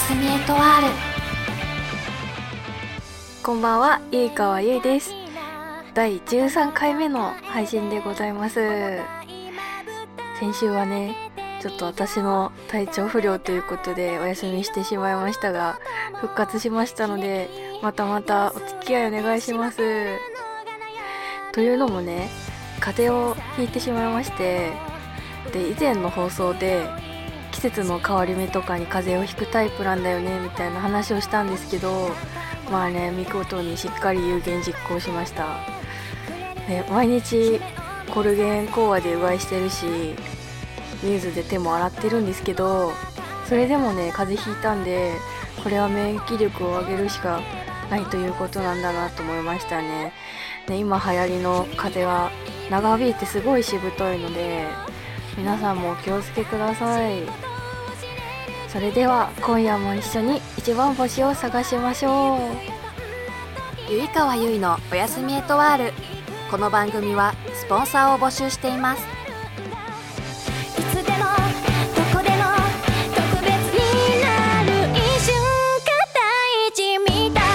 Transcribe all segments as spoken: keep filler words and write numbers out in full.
すみエトワール。 こんばんは、ゆいかわゆいです。だいじゅうさんかいめの配信でございます。先週はね、ちょっと私の体調不良ということでお休みしてしまいましたが、復活しましたので、またまたお付き合いお願いします。というのもね、風邪をひいてしまいまして、で以前の放送で季節の変わり目とかに風邪をひくタイプなんだよねみたいな話をしたんですけど、まあね、見事にしっかり有言実行しました。で毎日コルゲン講話でうがいしてるし、水で手も洗ってるんですけど、それでもね風邪ひいたんで、これは免疫力を上げるしかないということなんだなと思いましたね。で今流行りの風邪は長引いてすごいしぶといので、皆さんもお気をつけください。それでは今夜も一緒に一番星を探しましょう。 ゆいかわゆいのおやすみエトワール。この番組はスポンサーを募集しています。 いつでもどこでも特別になる一瞬が大事みたい。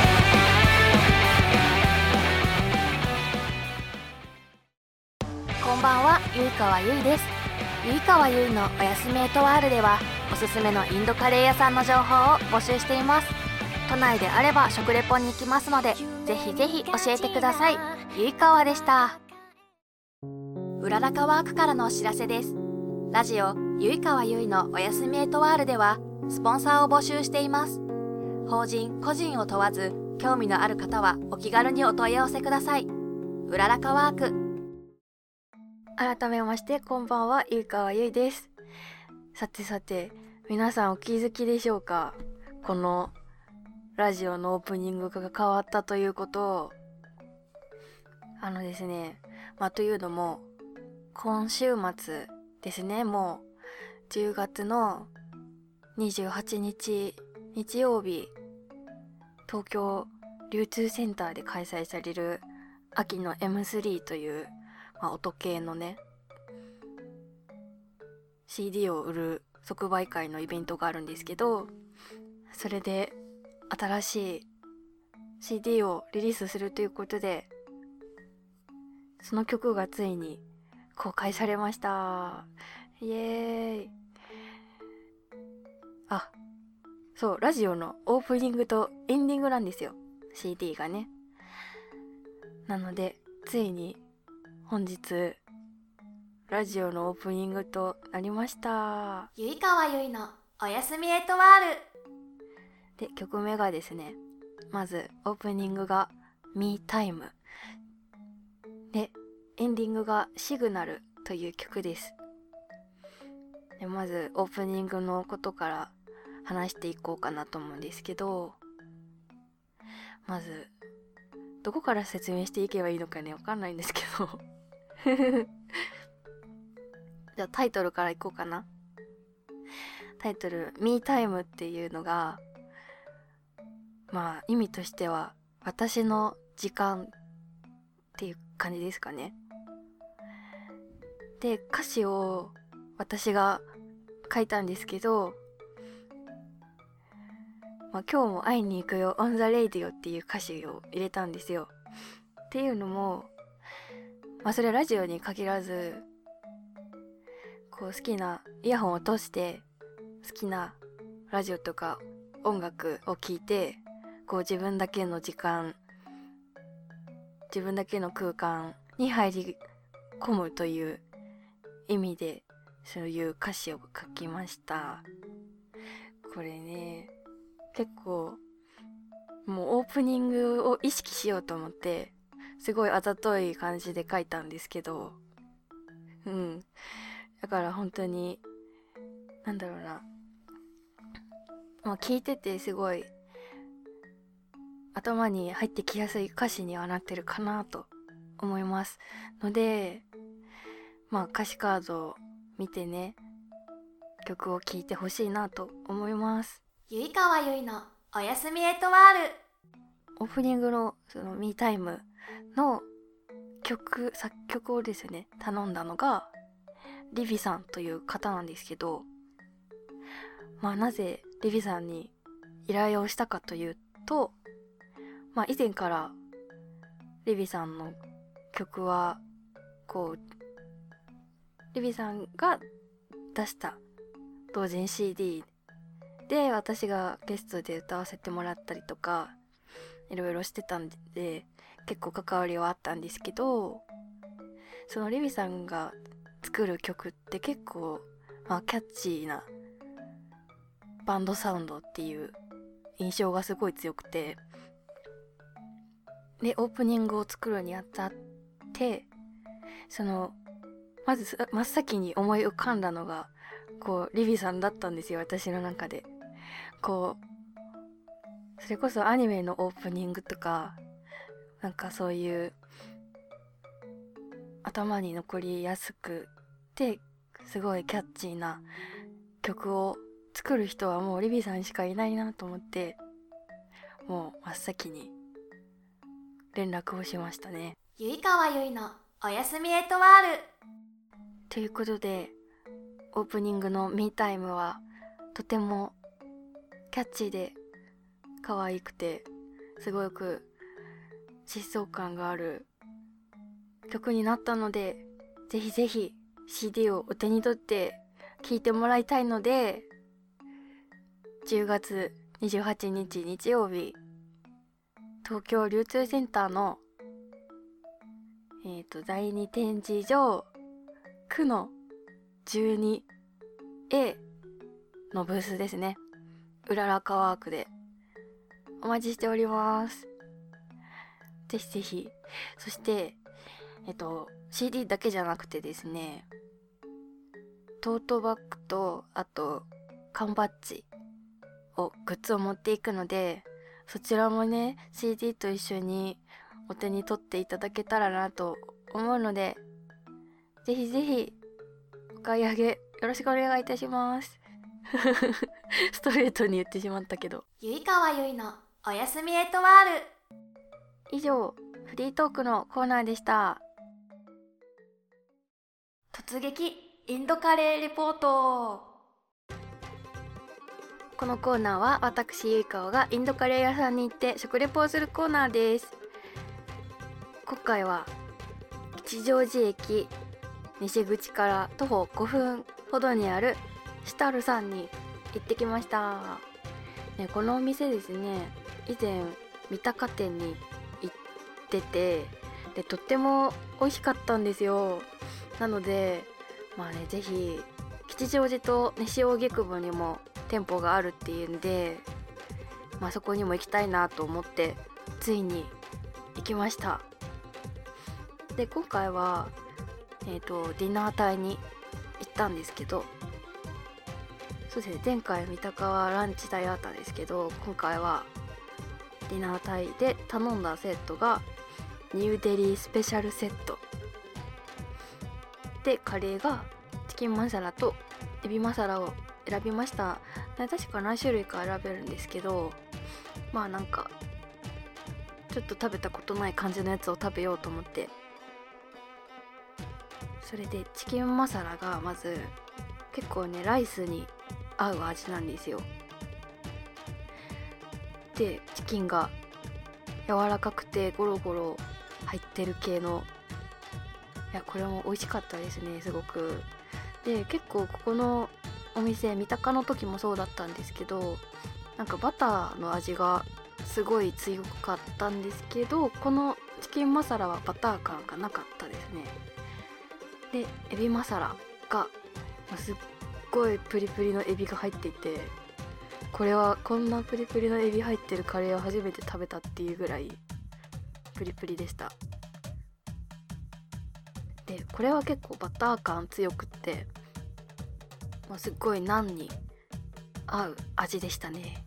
こんばんは、ゆいかわゆいです。ゆいかわゆいのおやすみエトワールでは、おすすめのインドカレー屋さんの情報を募集しています。都内であれば食レポに行きますので、ぜひぜひ教えてください。ゆいかわでした。うららかワークからのお知らせです。ラジオゆいかわゆいのおやすみエトワールではスポンサーを募集しています。法人個人を問わず、興味のある方はお気軽にお問い合わせください。うららかワーク。 改めましてこんばんは、ゆいかわゆいです。さてさて、皆さんお気づきでしょうか。このラジオのオープニングが変わったということを。あのですね、まあというのも今週末ですね、もうじゅうがつのにじゅうはちにち日曜日、東京流通センターで開催される秋の エムスリー という、まあ、音系のね シーディー を売る即売会のイベントがあるんですけど、それで新しい シーディー をリリースするということで、その曲がついに公開されました。イエーイ。あ、そう、ラジオのオープニングとエンディングなんですよ、 シーディー がね。なのでついに本日ラジオのオープニングとなりました。 ゆいかわゆいのおやすみエトワールで、曲名がですね、まずオープニングが Me Time で、エンディングがシグナルという曲です。でまずオープニングのことから話していこうかなと思うんですけど、まずどこから説明していけばいいのかね、わかんないんですけどじゃあタイトルからいこうかな。タイトル Me Time っていうのが、まあ意味としては私の時間っていう感じですかね。で、歌詞を私が書いたんですけど、まあ、今日も会いに行くよ On the Radio っていう歌詞を入れたんですよ。っていうのも、まあそれはラジオに限らず、こう好きなイヤホンを通して好きなラジオとか音楽を聴いて、こう自分だけの時間、自分だけの空間に入り込むという意味で、そういう歌詞を書きました。これね、結構もうオープニングを意識しようと思ってすごいあざとい感じで書いたんですけど、うんだから本当になんだろうな、まあ、聞いててすごい頭に入ってきやすい歌詞にはなってるかなと思いますので、まあ歌詞カードを見てね、曲を聴いてほしいなと思います。 ゆいかわゆいのおやすみエトワール。 オープニングのその Me Time の曲、作曲をですね頼んだのがリビさんという方なんですけど、まあなぜリビさんに依頼をしたかというと、まあ以前からリビさんの曲はこうリビさんが出した同人 シーディー で私がゲストで歌わせてもらったりとかいろいろしてたんで結構関わりはあったんですけど、そのリビさんが作る曲って結構、まあ、キャッチーなバンドサウンドっていう印象がすごい強くて、でオープニングを作るにあたってそのまず真っ先に思い浮かんだのがこうリビさんだったんですよ、私の中で。こうそれこそアニメのオープニングとかなんかそういう頭に残りやすくてすごいキャッチーな曲を作る人はもうリビさんしかいないなと思って、もう真っ先に連絡をしましたね。 ゆいかわゆいのおやすみエトワールということでオープニングのミータイムはとてもキャッチーで可愛くてすごく疾走感がある曲になったので、ぜひぜひ シーディー をお手に取って聴いてもらいたいので、じゅうがつにじゅうはちにち日曜日東京流通センターのえっとだいに展示場区の じゅうにエー のブースですね、うららかワークでお待ちしております。ぜひぜひ。そしてえっと シーディー だけじゃなくてですね、トートバッグとあと缶バッジをグッズを持っていくので、そちらもね シーディー と一緒にお手に取っていただけたらなと思うので、ぜひぜひお買い上げよろしくお願いいたしますストレートに言ってしまったけど。 ゆいかわゆいのおやすみエトワール以上フリートークのコーナーでした。 突撃インドカレーレポート。 このコーナーは私ゆいかわがインドカレー屋さんに行って食レポをするコーナーです。今回は吉祥寺駅西口から徒歩ごふんほどにあるシタルさんに行ってきました、ね、このお店ですね、以前三鷹店に行ってて、でとっても美味しかったんですよ。なのでまあね、ぜひ吉祥寺と西荻窪にも店舗があるっていうんで、まあ、そこにも行きたいなと思ってついに行きました。で今回は、えーと、ディナー帯に行ったんですけど、そうですね、前回三鷹はランチ帯あったんですけど、今回はディナー帯で頼んだセットがニューデリースペシャルセットで、カレーがチキンマサラとエビマサラを選びました。確か何種類か選べるんですけど、まあなんかちょっと食べたことない感じのやつを食べようと思って、それでチキンマサラがまず結構ねライスに合う味なんですよ。でチキンが柔らかくてゴロゴロ入ってる系の、いやこれも美味しかったですね、すごく。で結構ここのお店三鷹の時もそうだったんですけど、なんかバターの味がすごい強かったんですけど、このチキンマサラはバター感がなかったですね。でエビマサラがすっごいプリプリのエビが入っていて、これはこんなプリプリのエビ入ってるカレーを初めて食べたっていうぐらいプリプリでした。でこれは結構バター感強くって、もうすっごいナンに合う味でしたね。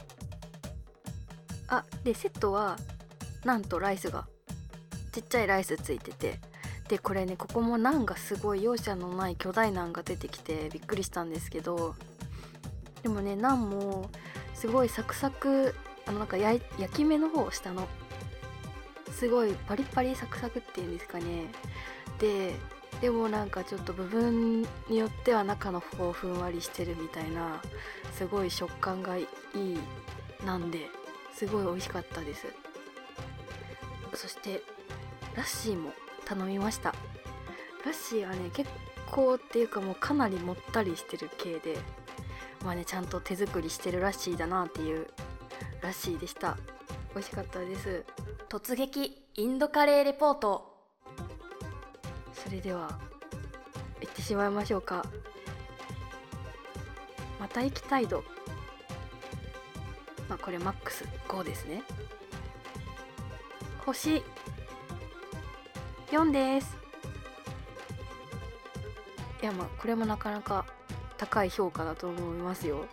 あでセットはナンとライスがちっちゃいライスついてて、でこれねここもナンがすごい容赦のない巨大ナンが出てきてびっくりしたんですけど、でもねナンもすごいサクサク、あのなんか焼き目の方下のすごいパリパリサクサクっていうんですかね。ででもなんかちょっと部分によっては中の方ふんわりしてるみたいな、すごい食感がいいなんですごい美味しかったです。そしてラッシーも頼みました。ラッシーはね結構っていうかもうかなりもったりしてる系で、まあねちゃんと手作りしてるラッシーだなっていうラッシーでした。美味しかったです。 突撃インドカレーレポート。 それでは行ってしまいましょうか。また行きたい度、まあこれマックスごですね。星よんです。いやまあこれもなかなか高い評価だと思いますよ。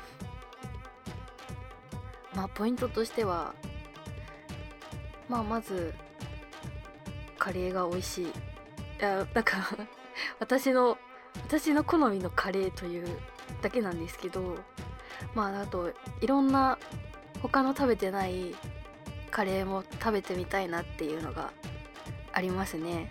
まあポイントとしては、まあまずカレーが美味しい。いやなんか私の私の好みのカレーというだけなんですけど、まああといろんな他の食べてないカレーも食べてみたいなっていうのがありますね。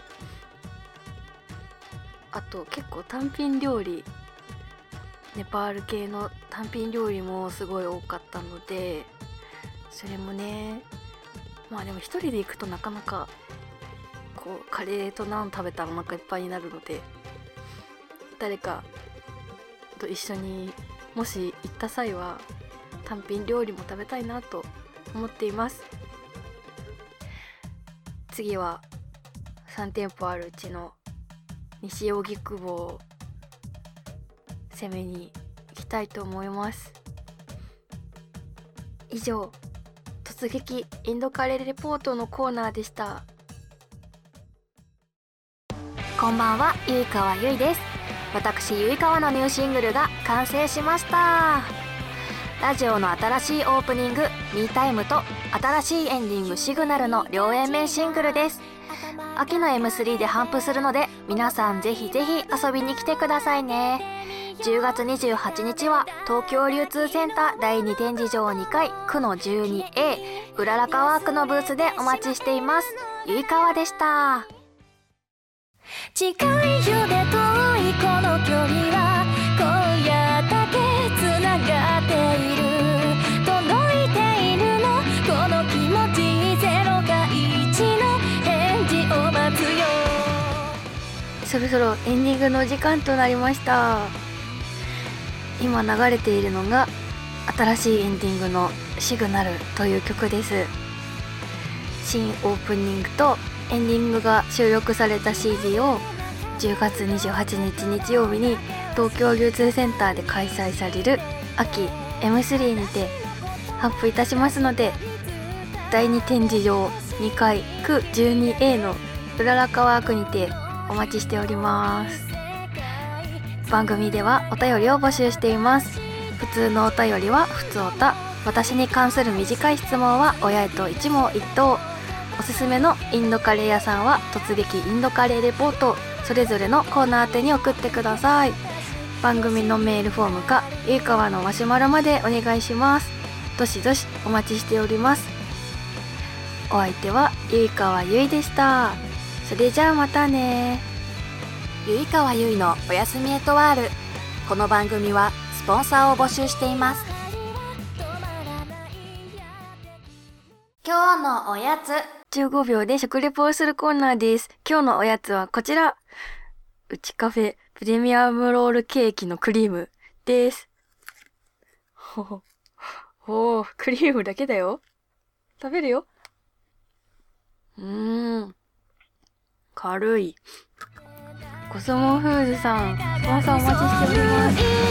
あと結構単品料理、ネパール系の単品料理もすごい多かったので、それもね、まあでも一人で行くとなかなかこうカレーとナン食べたらお腹いっぱいになるので、誰かと一緒にもし行った際は単品料理も食べたいなと思っています。次はさん店舗あるうちの西荻窪を攻めに行きたいと思います。以上、突撃インドカレーレポートのコーナーでした。 こんばんは、ゆいかわゆいです。私ゆいかわのニューシングルが完成しました。ラジオの新しいオープニングミータイムと新しいエンディングシグナルの両 A 面シングルです。秋の エムスリー で頒布するので、皆さんぜひぜひ遊びに来てくださいね。じゅうがつにじゅうはちにちは東京流通センターだいに展示場にかい区の じゅうにエー うららかワークのブースでお待ちしています。ゆいかわでした。 近いよで遠いこの距離は今夜だけつながっている、届いているのこの気持ち、ゼロかいちの返事を待つよ。 そろそろエンディングの時間となりました。今流れているのが新しいエンディングのシグナルという曲です。新オープニングとエンディングが収録された シーディー をじゅうがつにじゅうはちにち日曜日に東京流通センターで開催される秋 エムスリー にて発布いたしますので、だいに展示場にかい区 じゅうにエー のうららかワークにてお待ちしております。番組ではお便りを募集しています。普通のお便りはふつおた、私に関する短い質問は親へと一問一答、おすすめのインドカレー屋さんは突撃インドカレーレポート、それぞれのコーナー宛てに送ってください。番組のメールフォームかゆいかわのマシュマロまでお願いします。どしどしお待ちしております。お相手はゆいかわゆいでした。それじゃあまたね。 ゆいかわゆいのおやすみエトワール。この番組はスポンサーを募集しています。今日のおやつ。 じゅうごびょうで食レポをするコーナーです。今日のおやつはこちら。うちカフェプレミアムロールケーキのクリームです。ほほ。おー、クリームだけだよ。食べるよ。うーん。軽い。コスモフーズさん、スポンサーお待ちしております。